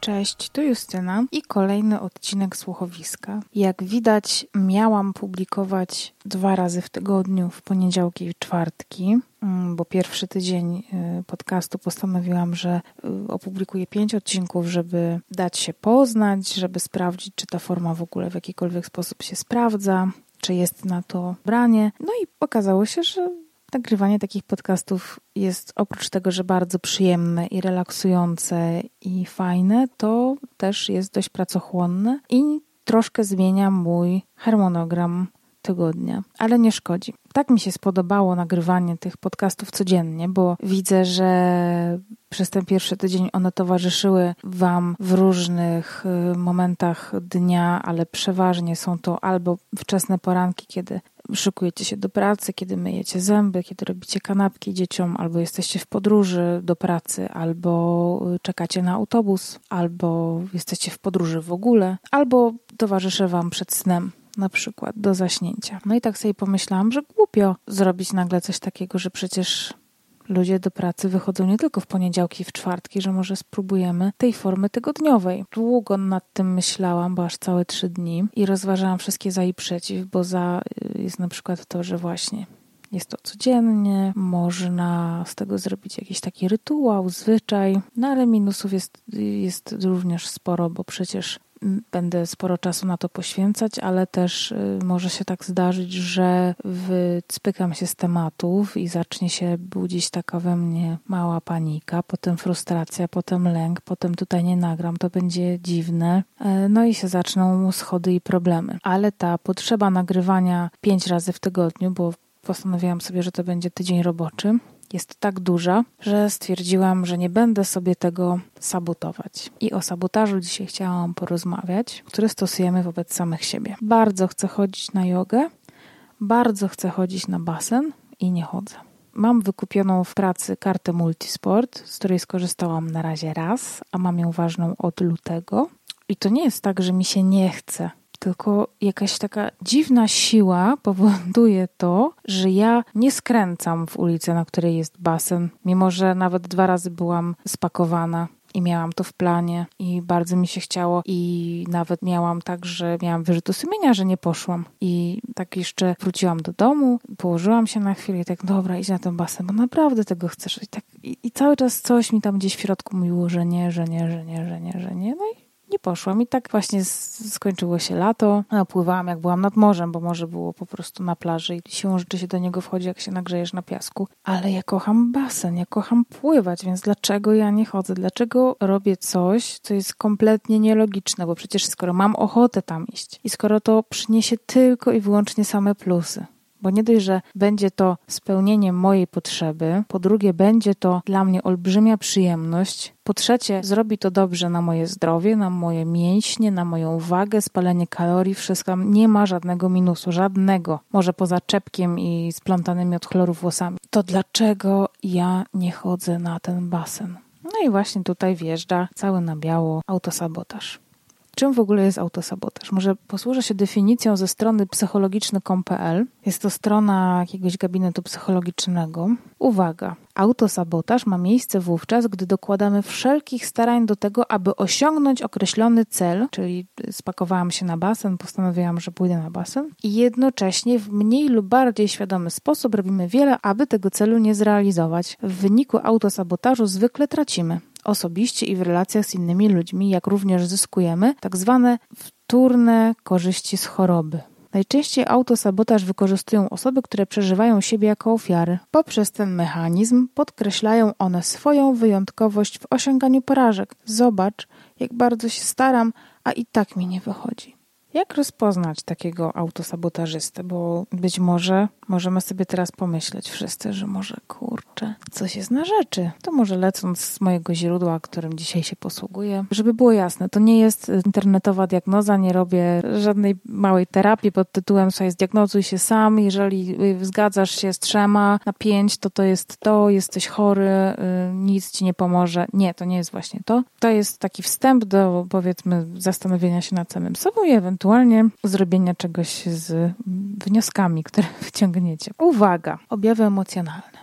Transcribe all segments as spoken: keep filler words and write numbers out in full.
Cześć, tu Justyna i kolejny odcinek Słuchowiska. Jak widać, miałam publikować dwa razy w tygodniu, w poniedziałki i czwartki, bo pierwszy tydzień podcastu postanowiłam, że opublikuję pięć odcinków, żeby dać się poznać, żeby sprawdzić, czy ta forma w ogóle w jakikolwiek sposób się sprawdza, czy jest na to branie. No i okazało się, że nagrywanie takich podcastów jest oprócz tego, że bardzo przyjemne i relaksujące i fajne, to też jest dość pracochłonne i troszkę zmienia mój harmonogram tygodnia, ale nie szkodzi. Tak mi się spodobało nagrywanie tych podcastów codziennie, bo widzę, że przez ten pierwszy tydzień one towarzyszyły Wam w różnych momentach dnia, ale przeważnie są to albo wczesne poranki, kiedy szykujecie się do pracy, kiedy myjecie zęby, kiedy robicie kanapki dzieciom, albo jesteście w podróży do pracy, albo czekacie na autobus, albo jesteście w podróży w ogóle, albo towarzyszę Wam przed snem, na przykład do zaśnięcia. No i tak sobie pomyślałam, że głupio zrobić nagle coś takiego, że przecież ludzie do pracy wychodzą nie tylko w poniedziałki i w czwartki, że może spróbujemy tej formy tygodniowej. Długo nad tym myślałam, bo aż całe trzy dni i rozważałam wszystkie za i przeciw, bo za jest na przykład to, że właśnie jest to codziennie, można z tego zrobić jakiś taki rytuał, zwyczaj, no ale minusów jest, jest również sporo, bo przecież będę sporo czasu na to poświęcać, ale też może się tak zdarzyć, że wycpykam się z tematów i zacznie się budzić taka we mnie mała panika, potem frustracja, potem lęk, potem tutaj nie nagram, to będzie dziwne. No i się zaczną schody i problemy. Ale ta potrzeba nagrywania pięć razy w tygodniu, bo postanowiłam sobie, że to będzie tydzień roboczy, jest tak duża, że stwierdziłam, że nie będę sobie tego sabotować. I o sabotażu dzisiaj chciałam porozmawiać, który stosujemy wobec samych siebie. Bardzo chcę chodzić na jogę, bardzo chcę chodzić na basen i nie chodzę. Mam wykupioną w pracy kartę Multisport, z której skorzystałam na razie raz, a mam ją ważną od lutego. I to nie jest tak, że mi się nie chce, tylko jakaś taka dziwna siła powoduje to, że ja nie skręcam w ulicę, na której jest basen, mimo że nawet dwa razy byłam spakowana i miałam to w planie i bardzo mi się chciało i nawet miałam tak, że miałam wyrzuty sumienia, że nie poszłam. I tak jeszcze wróciłam do domu, położyłam się na chwilę i tak, dobra, idź na ten basen, bo naprawdę tego chcesz. I, tak, i, i cały czas coś mi tam gdzieś w środku mówiło, że nie, że nie, że nie, że nie, że nie. No i nie poszłam i tak właśnie skończyło się lato. No, pływałam jak byłam nad morzem, bo morze było po prostu na plaży i siłą rzeczy się do niego wchodzi, jak się nagrzejesz na piasku. Ale ja kocham basen, ja kocham pływać, więc dlaczego ja nie chodzę? Dlaczego robię coś, co jest kompletnie nielogiczne? Bo przecież skoro mam ochotę tam iść i skoro to przyniesie tylko i wyłącznie same plusy, bo nie dość, że będzie to spełnienie mojej potrzeby, po drugie będzie to dla mnie olbrzymia przyjemność, po trzecie zrobi to dobrze na moje zdrowie, na moje mięśnie, na moją wagę, spalenie kalorii, wszystko, nie ma żadnego minusu, żadnego, może poza czepkiem i splątanymi od chloru włosami. To dlaczego ja nie chodzę na ten basen? No i właśnie tutaj wjeżdża cały na biało autosabotaż. Czym w ogóle jest autosabotaż? Może posłużę się definicją ze strony psychologiczny kropka com kropka pe el. Jest to strona jakiegoś gabinetu psychologicznego. Uwaga! Autosabotaż ma miejsce wówczas, gdy dokładamy wszelkich starań do tego, aby osiągnąć określony cel, czyli spakowałam się na basen, postanowiłam, że pójdę na basen i jednocześnie w mniej lub bardziej świadomy sposób robimy wiele, aby tego celu nie zrealizować. W wyniku autosabotażu zwykle tracimy osobiście i w relacjach z innymi ludźmi, jak również zyskujemy tak zwane wtórne korzyści z choroby. Najczęściej autosabotaż wykorzystują osoby, które przeżywają siebie jako ofiary. Poprzez ten mechanizm podkreślają one swoją wyjątkowość w osiąganiu porażek. Zobacz, jak bardzo się staram, a i tak mi nie wychodzi. Jak rozpoznać takiego autosabotażystę? Bo być może możemy sobie teraz pomyśleć wszyscy, że może kurczę, coś jest na rzeczy. To może lecąc z mojego źródła, którym dzisiaj się posługuję. Żeby było jasne, to nie jest internetowa diagnoza, nie robię żadnej małej terapii pod tytułem słuchaj, zdiagnozuj się sam, jeżeli zgadzasz się z trzema na pięć, to to jest to, jesteś chory, nic ci nie pomoże. Nie, to nie jest właśnie to. To jest taki wstęp do, powiedzmy, zastanowienia się nad samym sobą i ewentualnie zrobienia czegoś z wnioskami, które wyciągniecie. Uwaga! Objawy emocjonalne.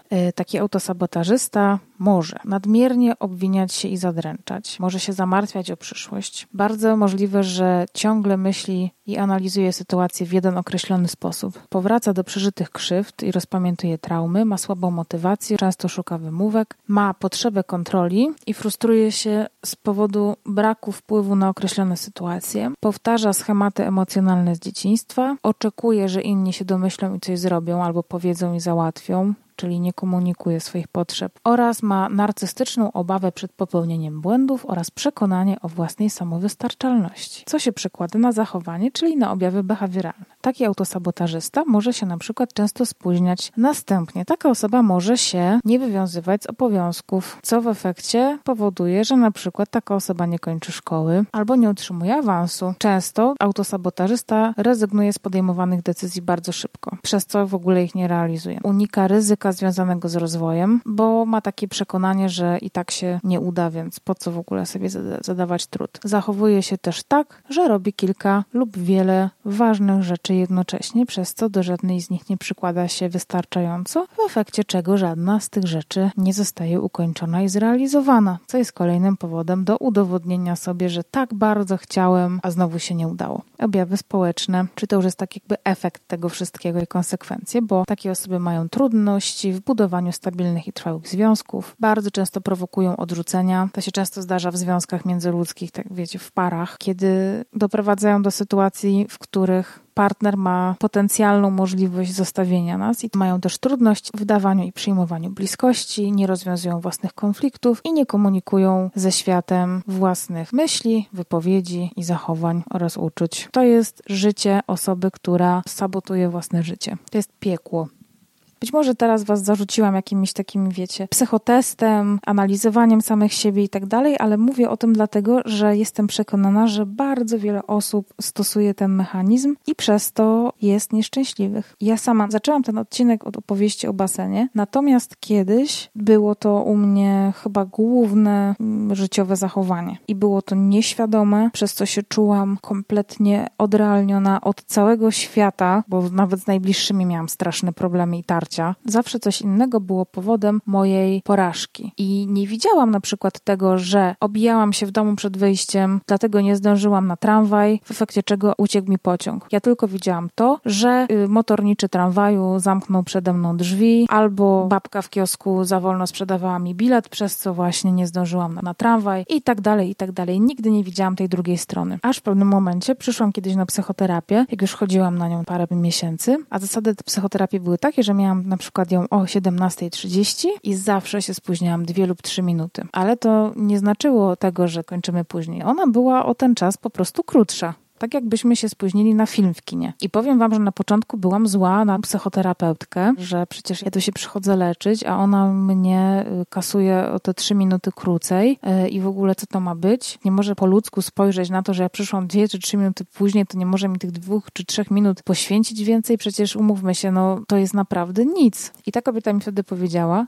Taki autosabotażysta może nadmiernie obwiniać się i zadręczać, może się zamartwiać o przyszłość. Bardzo możliwe, że ciągle myśli i analizuje sytuację w jeden określony sposób. Powraca do przeżytych krzywd i rozpamiętuje traumy, ma słabą motywację, często szuka wymówek, ma potrzebę kontroli i frustruje się z powodu braku wpływu na określone sytuacje. Powtarza schematy emocjonalne z dzieciństwa, oczekuje, że inni się domyślą i coś zrobią albo powiedzą i załatwią, czyli nie komunikuje swoich potrzeb, oraz ma narcystyczną obawę przed popełnieniem błędów oraz przekonanie o własnej samowystarczalności, co się przekłada na zachowanie, czyli na objawy behawioralne. Taki autosabotażysta może się na przykład często spóźniać. Następnie taka osoba może się nie wywiązywać z obowiązków, co w efekcie powoduje, że na przykład taka osoba nie kończy szkoły albo nie otrzymuje awansu. Często autosabotażysta rezygnuje z podejmowanych decyzji bardzo szybko, przez co w ogóle ich nie realizuje. Unika ryzyka związanego z rozwojem, bo ma takie przekonanie, że i tak się nie uda, więc po co w ogóle sobie zadawać trud. Zachowuje się też tak, że robi kilka lub wiele ważnych rzeczy jednocześnie, przez co do żadnej z nich nie przykłada się wystarczająco, w efekcie czego żadna z tych rzeczy nie zostaje ukończona i zrealizowana, co jest kolejnym powodem do udowodnienia sobie, że tak bardzo chciałem, a znowu się nie udało. Objawy społeczne, czy to już jest tak jakby efekt tego wszystkiego i konsekwencje, bo takie osoby mają trudności w budowaniu stabilnych i trwałych związków. Bardzo często prowokują odrzucenia. To się często zdarza w związkach międzyludzkich, tak wiecie, w parach, kiedy doprowadzają do sytuacji, w których partner ma potencjalną możliwość zostawienia nas i mają też trudność w dawaniu i przyjmowaniu bliskości, nie rozwiązują własnych konfliktów i nie komunikują ze światem własnych myśli, wypowiedzi i zachowań oraz uczuć. To jest życie osoby, która sabotuje własne życie. To jest piekło. Być może teraz was zarzuciłam jakimiś takimi, wiecie, psychotestem, analizowaniem samych siebie i tak dalej, ale mówię o tym dlatego, że jestem przekonana, że bardzo wiele osób stosuje ten mechanizm i przez to jest nieszczęśliwych. Ja sama zaczęłam ten odcinek od opowieści o basenie, natomiast kiedyś było to u mnie chyba główne życiowe zachowanie i było to nieświadome, przez co się czułam kompletnie odrealniona od całego świata, bo nawet z najbliższymi miałam straszne problemy i tarcia. Zawsze coś innego było powodem mojej porażki. I nie widziałam na przykład tego, że obijałam się w domu przed wyjściem, dlatego nie zdążyłam na tramwaj, w efekcie czego uciekł mi pociąg. Ja tylko widziałam to, że motorniczy tramwaju zamknął przede mną drzwi, albo babka w kiosku za wolno sprzedawała mi bilet, przez co właśnie nie zdążyłam na, na tramwaj i tak dalej, i tak dalej. Nigdy nie widziałam tej drugiej strony. Aż w pewnym momencie przyszłam kiedyś na psychoterapię, jak już chodziłam na nią parę miesięcy, a zasady psychoterapii były takie, że miałam na przykład ją o siedemnasta trzydzieści i zawsze się spóźniałam dwie lub trzy minuty. Ale to nie znaczyło tego, że kończymy później. Ona była o ten czas po prostu krótsza. Tak jakbyśmy się spóźnili na film w kinie. I powiem wam, że na początku byłam zła na psychoterapeutkę, że przecież ja tu się przychodzę leczyć, a ona mnie kasuje o te trzy minuty krócej i w ogóle co to ma być? Nie może po ludzku spojrzeć na to, że ja przyszłam dwie czy trzy minuty później, to nie może mi tych dwóch czy trzech minut poświęcić więcej? Przecież umówmy się, no to jest naprawdę nic. I ta kobieta mi wtedy powiedziała,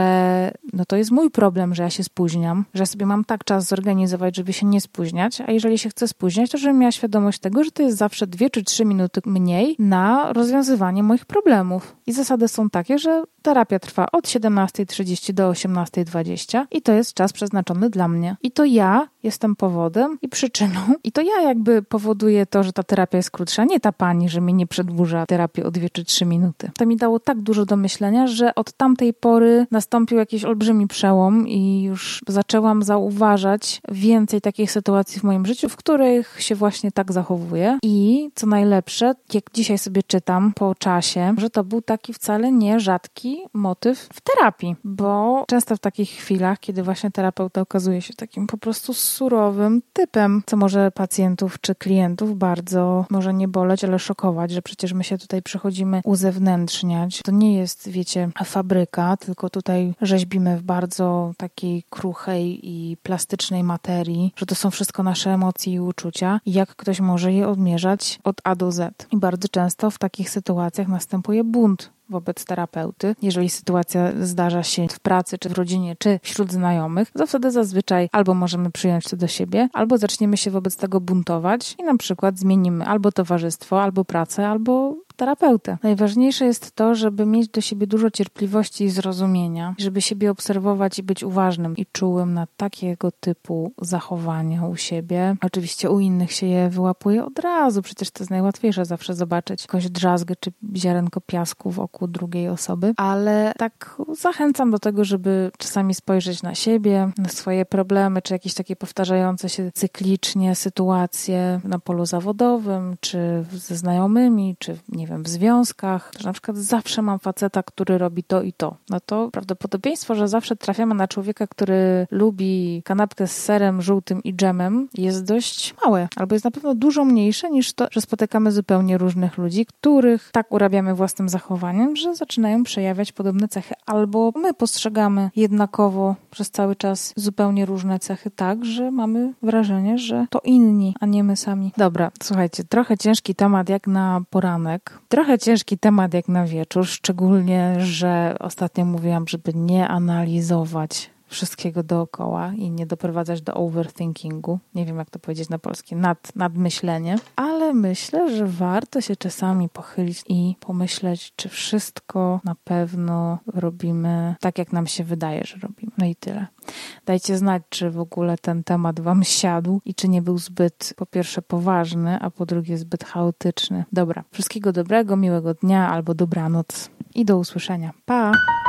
że no to jest mój problem, że ja się spóźniam, że ja sobie mam tak czas zorganizować, żeby się nie spóźniać, a jeżeli się chcę spóźniać, to żebym miała świadomość tego, że to jest zawsze dwie czy trzy minuty mniej na rozwiązywanie moich problemów. I zasady są takie, że terapia trwa od siedemnasta trzydzieści do osiemnasta dwadzieścia i to jest czas przeznaczony dla mnie. I to ja jestem powodem i przyczyną. I to ja jakby powoduję to, że ta terapia jest krótsza, nie ta pani, że mi nie przedłuża terapii o dwie czy trzy minuty. To mi dało tak dużo do myślenia, że od tamtej pory nastąpił jakiś olbrzymi przełom i już zaczęłam zauważać więcej takich sytuacji w moim życiu, w których się właśnie tak zachowuję. I co najlepsze, jak dzisiaj sobie czytam po czasie, że to był taki wcale nie rzadki motyw w terapii, bo często w takich chwilach, kiedy właśnie terapeuta okazuje się takim po prostu surowym typem, co może pacjentów czy klientów bardzo może nie boleć, ale szokować, że przecież my się tutaj przychodzimy uzewnętrzniać. To nie jest, wiecie, fabryka, tylko tutaj rzeźbimy w bardzo takiej kruchej i plastycznej materii, że to są wszystko nasze emocje i uczucia i jak ktoś może je odmierzać od A do Z. I bardzo często w takich sytuacjach następuje bunt wobec terapeuty. Jeżeli sytuacja zdarza się w pracy, czy w rodzinie, czy wśród znajomych, to wtedy zazwyczaj albo możemy przyjąć to do siebie, albo zaczniemy się wobec tego buntować i na przykład zmienimy albo towarzystwo, albo pracę, albo terapeutę. Najważniejsze jest to, żeby mieć do siebie dużo cierpliwości i zrozumienia, żeby siebie obserwować i być uważnym i czułym na takiego typu zachowania u siebie. Oczywiście u innych się je wyłapuje od razu, przecież to jest najłatwiejsze zawsze zobaczyć jakąś drzazgę czy ziarenko piasku wokół drugiej osoby, ale tak zachęcam do tego, żeby czasami spojrzeć na siebie, na swoje problemy, czy jakieś takie powtarzające się cyklicznie sytuacje na polu zawodowym, czy ze znajomymi, czy nie wiem, w związkach, że na przykład zawsze mam faceta, który robi to i to. No to prawdopodobieństwo, że zawsze trafiamy na człowieka, który lubi kanapkę z serem żółtym i dżemem, jest dość małe, albo jest na pewno dużo mniejsze niż to, że spotykamy zupełnie różnych ludzi, których tak urabiamy własnym zachowaniem, że zaczynają przejawiać podobne cechy, albo my postrzegamy jednakowo przez cały czas zupełnie różne cechy tak, że mamy wrażenie, że to inni, a nie my sami. Dobra, słuchajcie, trochę ciężki temat jak na poranek, trochę ciężki temat jak na wieczór, szczególnie, że ostatnio mówiłam, żeby nie analizować wszystkiego dookoła i nie doprowadzać do overthinkingu. Nie wiem, jak to powiedzieć na polski, nad, nadmyślenie. Ale myślę, że warto się czasami pochylić i pomyśleć, czy wszystko na pewno robimy tak, jak nam się wydaje, że robimy. No i tyle. Dajcie znać, czy w ogóle ten temat wam siadł i czy nie był zbyt, po pierwsze, poważny, a po drugie zbyt chaotyczny. Dobra, wszystkiego dobrego, miłego dnia albo dobranoc i do usłyszenia. Pa!